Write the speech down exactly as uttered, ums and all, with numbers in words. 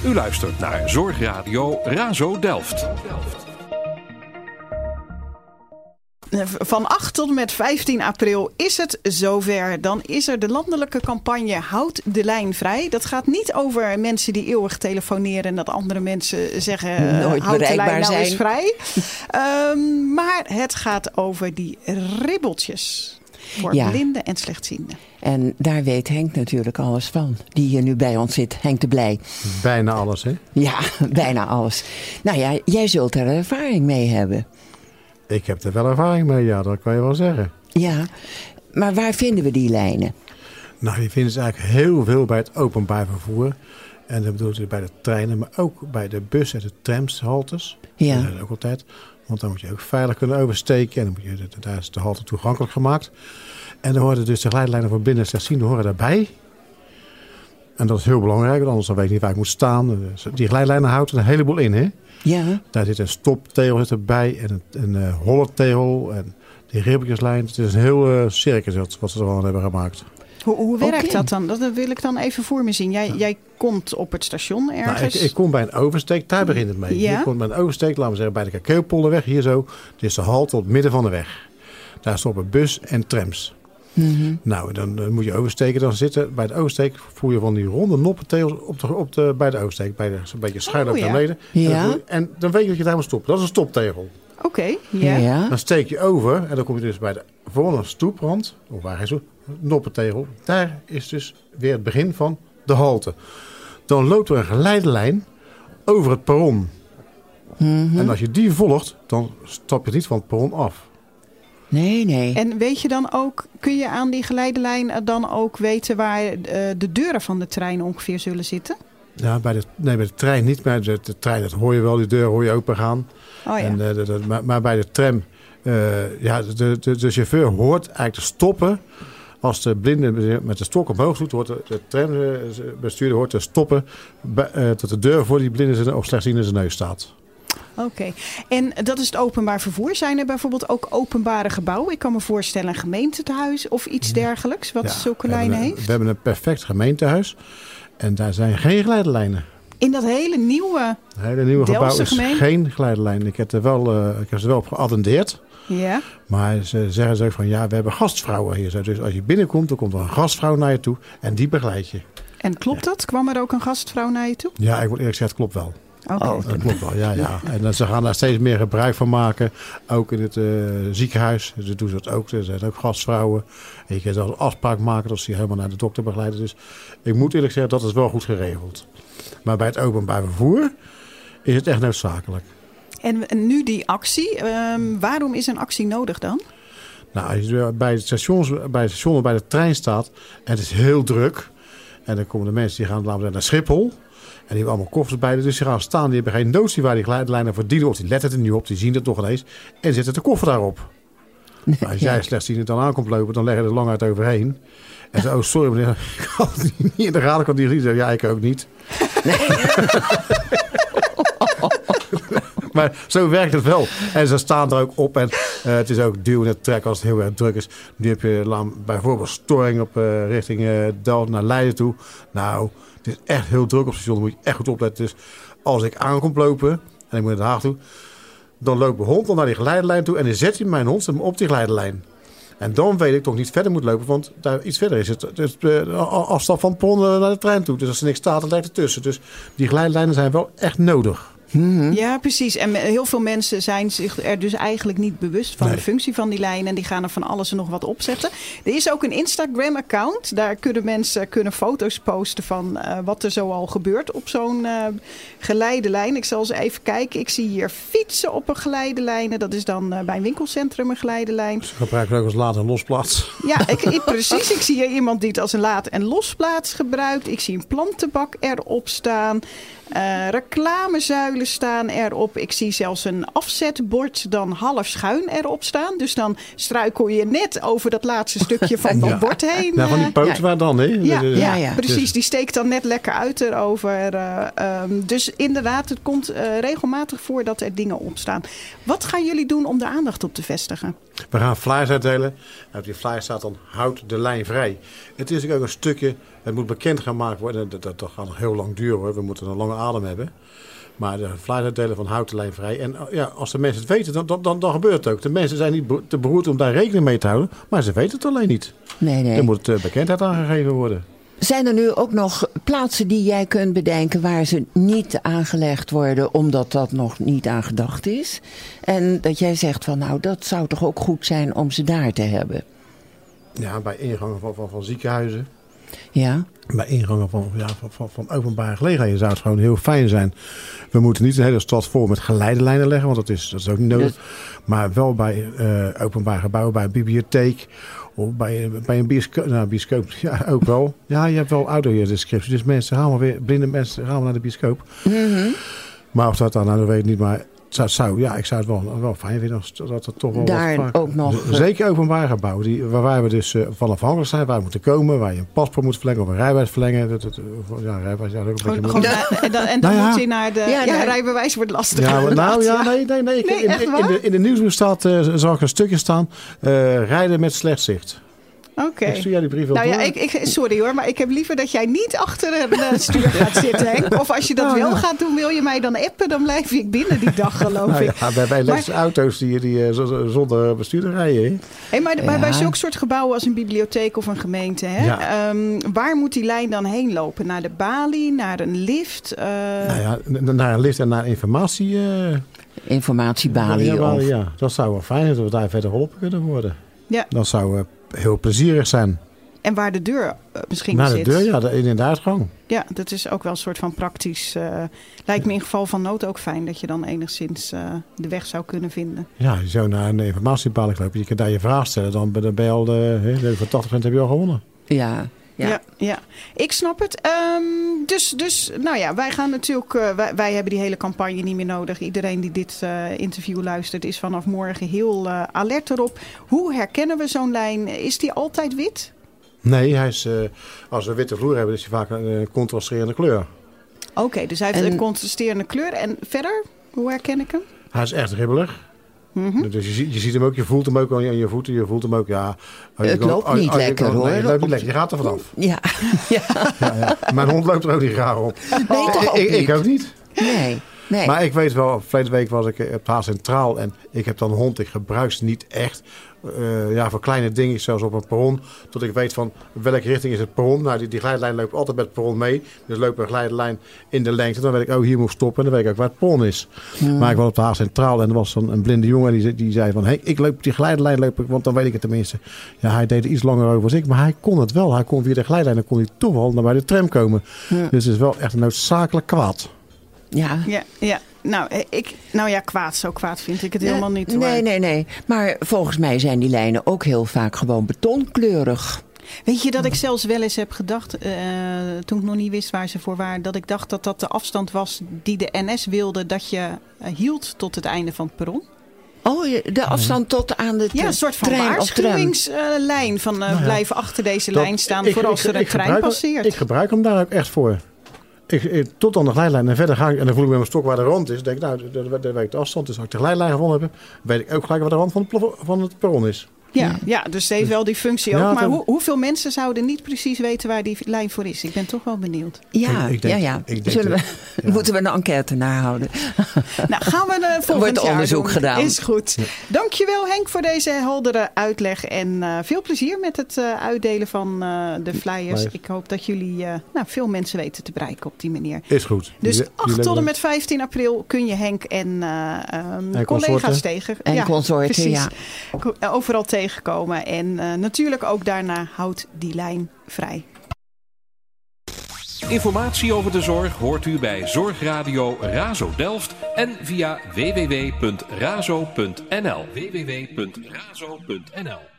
U luistert naar Zorgradio Razo Delft. Van acht tot en met vijftien april is het zover. Dan is er de landelijke campagne Houd de lijn vrij. Dat gaat niet over mensen die eeuwig telefoneren en dat andere mensen zeggen nooit houd de lijn nou zijn. eens vrij. um, maar het gaat over die ribbeltjes voor ja. blinden en slechtzienden. En daar weet Henk natuurlijk alles van. Die hier nu bij ons zit. Henk de Blij. Bijna alles, hè? Ja, bijna alles. Nou ja, jij zult er ervaring mee hebben. Ik heb er wel ervaring mee, ja, dat kan je wel zeggen. Ja, maar waar vinden we die lijnen? Nou, die vinden ze eigenlijk heel veel bij het openbaar vervoer. En dat bedoelt ze bij de treinen, maar ook bij de bus- en de tramshaltes. Ja. Dat is ook altijd. Want dan moet je ook veilig kunnen oversteken. En dan moet je, daar is de halte toegankelijk gemaakt. En dan horen dus de geleidelijnen voor blinden en slechtzienden horen daarbij. En dat is heel belangrijk, want anders dan weet je niet waar ik moet staan. Die geleidelijnen houdt er een heleboel in, hè? Ja. Daar zit een stoptegel zit erbij en een, een uh, holle tegel en die ribbeltjeslijn. Het is een heel uh, circus wat, wat ze er al hebben gemaakt. Hoe, hoe werkt okay. dat dan? Dat wil ik dan even voor me zien. Jij, ja. jij komt op het station ergens. Nou, ik, ik kom bij een oversteek, daar begint het mee. Ja? Ik kom bij een oversteek, laten we zeggen bij de Kakeelpolderweg, hier zo. Het is de halte tot het midden van de weg. Daar stoppen bus en trams. Mm-hmm. Nou, dan uh, moet je oversteken. Dan zitten bij de oversteek voer je van die ronde noppentegels op de, op de, bij de oversteek. Bij de, zo'n beetje schuin oh, naar ja. beneden. Ja. En, dan je, en dan weet je dat je daar moet stoppen. Dat is een stoptegel. Oké, okay, yeah. ja. Dan steek je over en dan kom je dus bij de volgende stoeprand. Of waar is het? Noppentegel. Daar is dus weer het begin van de halte. Dan loopt er een geleidelijn over het perron. Mm-hmm. En als je die volgt, dan stap je niet van het perron af. Nee, nee. En weet je dan ook, kun je aan die geleidelijn dan ook weten waar uh, de deuren van de trein ongeveer zullen zitten? Ja, bij de, nee, bij de trein niet. Maar de, de trein, dat hoor je wel, die deur hoor je open gaan. Oh ja. En, uh, de, de, maar, maar bij de tram, uh, ja, de, de, de chauffeur hoort eigenlijk te stoppen. Als de blinde met de stok omhoog doet, hoort de, de trambestuurder hoort te stoppen. Bij, uh, tot de deur voor die blinde of slechtziende in zijn neus staat. Oké, okay. En dat is het openbaar vervoer. Zijn er bijvoorbeeld ook openbare gebouwen? Ik kan me voorstellen een gemeentehuis of iets dergelijks, wat ja, zulke lijnen heeft. We hebben een perfect gemeentehuis en daar zijn geen geleidelijnen. In dat hele nieuwe Het hele nieuwe gebouw is gemeen? geen geleidelijnen. Ik heb er wel, uh, ik heb ze wel op geattendeerd. Ja. Maar ze zeggen zo van ja, we hebben gastvrouwen hier. Dus als je binnenkomt, dan komt er een gastvrouw naar je toe en die begeleidt je. En klopt ja. dat? Kwam er ook een gastvrouw naar je toe? Ja, ik moet eerlijk zeggen, het klopt wel. Okay. Oh, dat klopt wel, ja, ja. En uh, ze gaan daar steeds meer gebruik van maken. Ook in het uh, ziekenhuis. Ze doen ze dat ook. Er zijn ook gastvrouwen. En je kan zelfs een afspraak maken dat ze je helemaal naar de dokter begeleiden. Dus ik moet eerlijk zeggen, dat is wel goed geregeld. Maar bij het openbaar vervoer is het echt noodzakelijk. En nu die actie. Um, waarom is een actie nodig dan? Nou, als je bij het stations, bij het station of bij de trein staat en het is heel druk. En dan komen de mensen die gaan laten we zeggen, naar Schiphol. En die hebben allemaal koffers bij. Dus die gaan staan. Die hebben geen notie waar die geleidelijnen voor dienen. Of die letten er niet op. Die zien het nog ineens. En zetten de koffer daarop. Nee, maar als jij slechtziend dan aankomt lopen. Dan leggen ze er lang uit overheen. En zo, oh sorry meneer. Ik had het niet in de gaten. Kan die niet zeggen. Ja, ik ook niet. Nee. Maar zo werkt het wel. En ze staan er ook op. En uh, het is ook duwen en trekken als het heel erg druk is. Nu heb je laat, bijvoorbeeld storing op uh, richting uh, Delft naar Leiden toe. Nou, het is echt heel druk op het station. Dan moet je echt goed opletten. Dus als ik aankom lopen en ik moet naar Den Haag toe. Dan loopt mijn hond dan naar die geleidelijn toe. En dan zet hij mijn hond op die geleidelijn. En dan weet ik toch niet verder moet lopen. Want daar iets verder is het. Het is de afstand van het perron naar de trein toe. Dus als er niks staat, dan lijkt het tussen. Dus die geleidelijnen zijn wel echt nodig. Mm-hmm. Ja, precies. En heel veel mensen zijn zich er dus eigenlijk niet bewust van nee. de functie van die lijn. En die gaan er van alles en nog wat opzetten. Er is ook een Instagram-account. Daar kunnen mensen kunnen foto's posten van uh, wat er zoal gebeurt op zo'n uh, geleidelijn. Ik zal eens even kijken. Ik zie hier fietsen op een geleidelijn. Dat is dan uh, bij een winkelcentrum een geleidelijn. Ze gebruiken ook als laad- en losplaats. Ja, ik, ik, precies. Ik zie hier iemand die het als een laad- en losplaats gebruikt. Ik zie een plantenbak erop staan. Uh, reclamezuilen staan erop. Ik zie zelfs een afzetbord dan half schuin erop staan. Dus dan struikel je net over dat laatste stukje van dat ja. bord heen. Ja, van die poten ja. waar dan, hè? Ja, dus, ja, ja, precies. Die steekt dan net lekker uit erover. Uh, um, dus inderdaad, het komt uh, regelmatig voor dat er dingen opstaan. Wat gaan jullie doen om de aandacht op te vestigen? We gaan flyers uitdelen. En op die flyer staat dan houd de lijn vrij. Het is ook een stukje Het moet bekend gemaakt worden. Dat, dat, dat gaat nog heel lang duren hoor. We moeten een lange adem hebben. Maar de fluituitdelen van hout de lijn vrij. En ja, als de mensen het weten, dan, dan, dan, dan gebeurt het ook. De mensen zijn niet te beroerd om daar rekening mee te houden. Maar ze weten het alleen niet. Nee, nee. Er moet uh, bekendheid aangegeven worden. Zijn er nu ook nog plaatsen die jij kunt bedenken waar ze niet aangelegd worden omdat dat nog niet aan gedacht is? En dat jij zegt van nou dat zou toch ook goed zijn om ze daar te hebben? Ja, bij ingangen van, van, van ziekenhuizen. Ja. Bij ingangen van, ja, van, van, van openbare gelegenheden zou het gewoon heel fijn zijn. We moeten niet de hele stad vol met geleidelijnen leggen, want dat is, dat is ook niet nodig. Dat... Maar wel bij uh, openbare gebouwen, bij een bibliotheek of bij, bij een bioscoop. Nou, bioscoop, ja, ook wel. Ja, je hebt wel audiodescriptie, dus mensen gaan wel weer, blinde mensen gaan wel naar de bioscoop. Mm-hmm. Maar of dat dan, nou, dat weet ik niet, maar... Zou, zou, ja, ik zou het wel, wel fijn vinden als dat er toch wel daar wat ook nog. Zeker openbare gebouwen, die, waar we dus uh, van afhankelijk zijn, waar we moeten komen, waar je een paspoort moet verlengen of een rijbewijs verlengen. Dat, dat, ja, rijbewijs ja, ook een gewoon, beetje gewoon na, en dan, en dan nou ja. moet je naar de ja, ja, rijbewijs wordt lastig. Ja, maar, nou ja, nee, nee, nee. Ik, nee in, in, in, de, in de nieuwsbrief staat, uh, zag ik een stukje staan, uh, rijden met slecht zicht. Oké. Okay. Ik stuur jij die brief nou ja, ik, ik, sorry hoor, maar ik heb liever dat jij niet achter een uh, stuur gaat zitten, Henk. Of als je dat nou, wel ja. gaat doen, wil je mij dan appen, dan blijf ik binnen die dag, geloof nou, ik. Ja, bij, bij elektrische maar, auto's die, die uh, zonder bestuurder rijden. Hey, maar, ja. maar bij zulke soort gebouwen als een bibliotheek of een gemeente, hè, ja. um, waar moet die lijn dan heen lopen? Naar de balie, naar een lift? Uh... Nou ja, naar een lift en naar informatie. Uh... Informatiebalie. Ja, of... ja, dat zou wel fijn zijn dat we daar verder geholpen kunnen worden. Ja. Dat zou... Uh, heel plezierig zijn. En waar de deur uh, misschien Naar zit. de deur, ja, de in- en de uitgang. Ja, dat is ook wel een soort van praktisch... Uh, lijkt me in geval van nood ook fijn dat je dan enigszins uh, de weg zou kunnen vinden. Ja, je zou naar een informatiepaal lopen. Je kunt daar je vraag stellen. Dan ben je al de, he, van tachtig procent heb je al gewonnen. Ja. Ja. Ja, ja, ik snap het. Um, dus, dus, nou ja, wij gaan natuurlijk... Uh, wij, wij hebben die hele campagne niet meer nodig. Iedereen die dit uh, interview luistert is vanaf morgen heel uh, alert erop. Hoe herkennen we zo'n lijn? Is die altijd wit? Nee, hij is, uh, als we witte vloer hebben, is hij vaak een uh, contrasterende kleur. Oké, okay, dus hij heeft en... een contrasterende kleur. En verder, hoe herken ik hem? Hij is echt ribbelig. Mm-hmm. Dus je ziet, je ziet hem ook, je voelt hem ook aan je voeten, je voelt hem ook, ja. Het kan, loopt niet als, lekker kan, hoor. Nee, het loopt niet lekker, je gaat er vanaf. Ja. ja. ja, ja. Mijn hond loopt er ook niet graag op. Nee, oh, toch ook ik, niet? ik ook niet. Nee. Nee. Maar ik weet wel, verleden week was ik op Haas Centraal en ik heb dan een hond, ik gebruik ze niet echt. Uh, ja, voor kleine dingen, zelfs op een perron. Tot ik weet van welke richting is het perron. Nou, die, die glijlijn loopt altijd met het perron mee. Dus loop een glijlijn in de lengte. Dan weet ik, oh, hier moet ik stoppen. En dan weet ik ook waar het perron is. Hmm. Maar ik was op de Haag Centraal en er was dan een blinde jongen die, die zei van... Hey, ik loop die glijlijn, loop ik, want dan weet ik het tenminste. Ja, hij deed er iets langer over als ik. Maar hij kon het wel. Hij kon via de glijlijn, dan kon hij toch wel naar bij de tram komen. Hmm. Dus het is wel echt een noodzakelijk kwaad. Ja, ja, ja. Nou, ik, nou ja, kwaad, zo kwaad vind ik het nee, helemaal niet. Hoor. Nee, nee, nee. Maar volgens mij zijn die lijnen ook heel vaak gewoon betonkleurig. Weet je dat ik zelfs wel eens heb gedacht, uh, toen ik nog niet wist waar ze voor waren, dat ik dacht dat dat de afstand was die de N S wilde dat je uh, hield tot het einde van het perron? Oh, de afstand tot aan de ja, een soort van waarschuwingslijn uh, van uh, nou ja, blijven achter deze dat, lijn staan ik, voor als ik, er een trein passeert. Ik gebruik hem daar ook echt voor. Ik, ik, tot aan de glijlijn en verder ga ik en dan voel ik met mijn stok waar de rand is. denk ik, nou, daar weet ik de afstand. Dus als ik de glijlijn gevonden heb, weet ik ook gelijk waar de rand van het, van het perron is. Ja, ja, dus het heeft wel die functie ook. Ja, maar hoe, hoeveel mensen zouden niet precies weten waar die lijn voor is? Ik ben toch wel benieuwd. Ja, ik, ik denk, ja, ja. Ik denk Zullen we, ja. Moeten we een enquête nahouden? Nou, gaan we uh, volgend wordt jaar onderzoek doen. gedaan. Is goed. Ja. Dankjewel Henk voor deze heldere uitleg. En uh, veel plezier met het uh, uitdelen van uh, de flyers. Nee. Ik hoop dat jullie uh, nou, veel mensen weten te bereiken op die manier. Is goed. Dus die, acht tot en met vijftien april kun je Henk en, uh, um, en collega's tegen. En ja, consorten, ja. Overal tegenkomen. En uh, natuurlijk ook daarna houdt die lijn vrij. Informatie over de zorg hoort u bij Zorgradio Razo Delft en via w w w punt razo punt n l. w w w punt razo punt n l